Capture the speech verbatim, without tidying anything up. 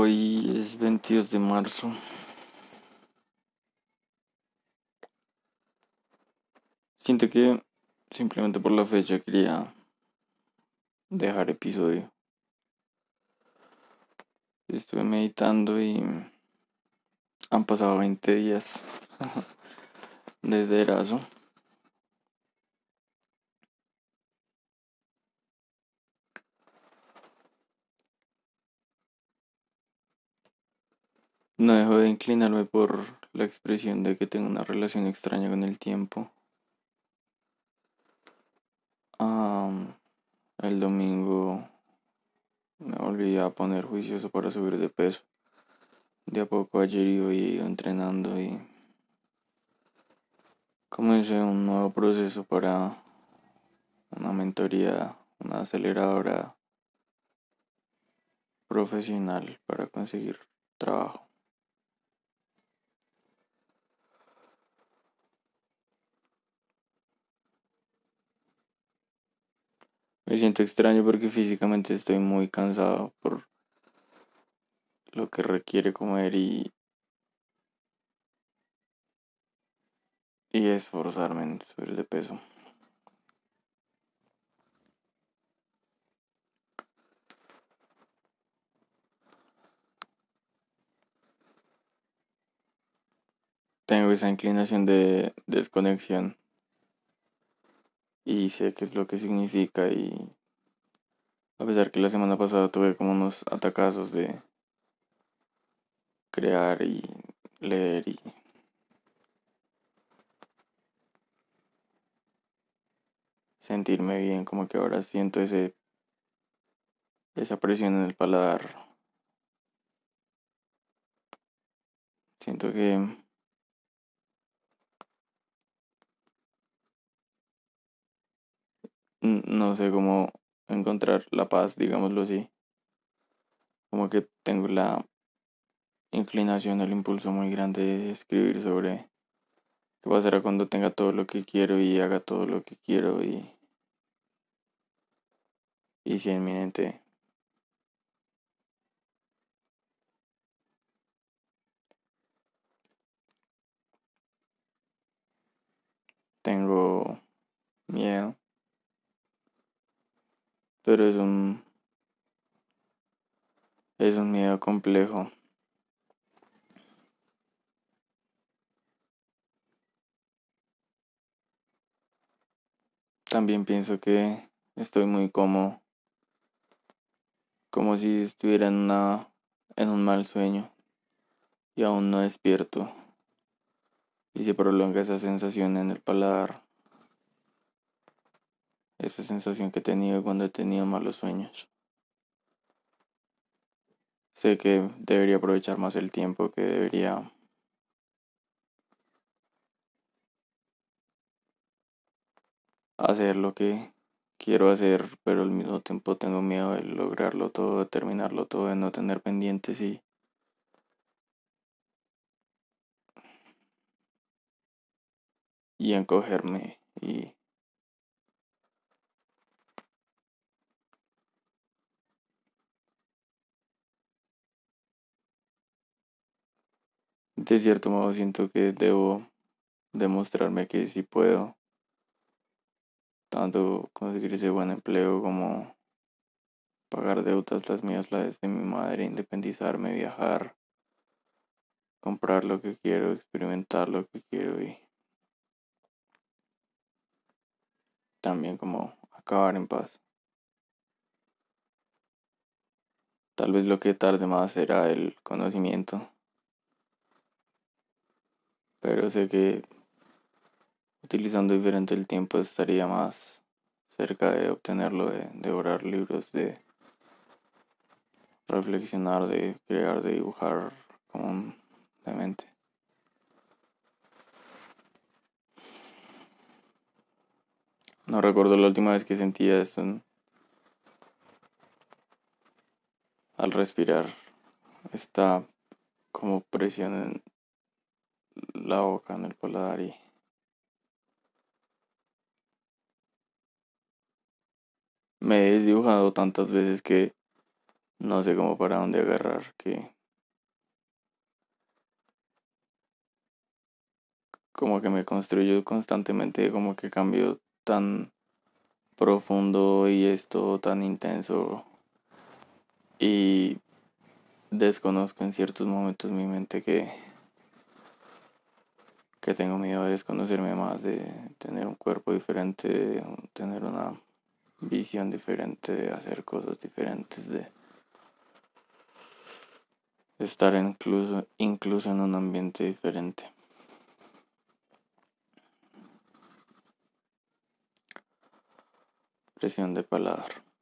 Hoy es veintidós de marzo. Siento que simplemente por la fecha quería dejar episodio. Estuve meditando y han pasado veinte días desde Erazo. No dejo de inclinarme por la expresión de que tengo una relación extraña con el tiempo. Am, el domingo me volví a poner juicioso para subir de peso. De a poco ayer y hoy he ido entrenando y comencé un nuevo proceso para una mentoría, una aceleradora profesional para conseguir trabajo. Me siento extraño porque físicamente estoy muy cansado por lo que requiere comer y, y esforzarme en subir de peso. Tengo esa inclinación de desconexión y sé qué es lo que significa y a pesar que la semana pasada tuve como unos atacazos de crear y leer y sentirme bien, como que ahora siento ese esa presión en el paladar. Siento que mm, no sé cómo encontrar la paz, digámoslo así. Como que tengo la inclinación, el impulso muy grande de escribir sobre qué pasará cuando tenga todo lo que quiero y haga todo lo que quiero y, y si en mi mente tengo miedo, pero es un, es un miedo complejo. También pienso que estoy muy como, como si estuviera en una, en un mal sueño y aún no despierto y se prolonga esa sensación en el paladar, esa sensación que he tenido cuando he tenido malos sueños. Sé que debería aprovechar más el tiempo, que debería hacer lo que quiero hacer, pero al mismo tiempo tengo miedo de lograrlo todo, de terminarlo todo, de no tener pendientes y, y encogerme. Y de cierto modo siento que debo demostrarme que sí puedo, tanto conseguir ese buen empleo como pagar deudas, las mías, las de mi madre, independizarme, viajar, comprar lo que quiero, experimentar lo que quiero y también como acabar en paz. Tal vez lo que tarde más será el conocimiento, pero sé que utilizando diferente el tiempo estaría más cerca de obtenerlo, de devorar libros, de reflexionar, de crear, de dibujar comúnmente. No recuerdo la última vez que sentía esto en- al respirar. Esta como presión en la boca, en el paladar y me he desdibujado tantas veces que no sé cómo para dónde agarrar, que como que me construyo constantemente, como que cambio tan profundo y esto tan intenso y desconozco en ciertos momentos mi mente que, que tengo miedo de desconocerme más, de tener un cuerpo diferente, de tener una visión diferente, de hacer cosas diferentes, de estar incluso, incluso en un ambiente diferente. Presión de paladar.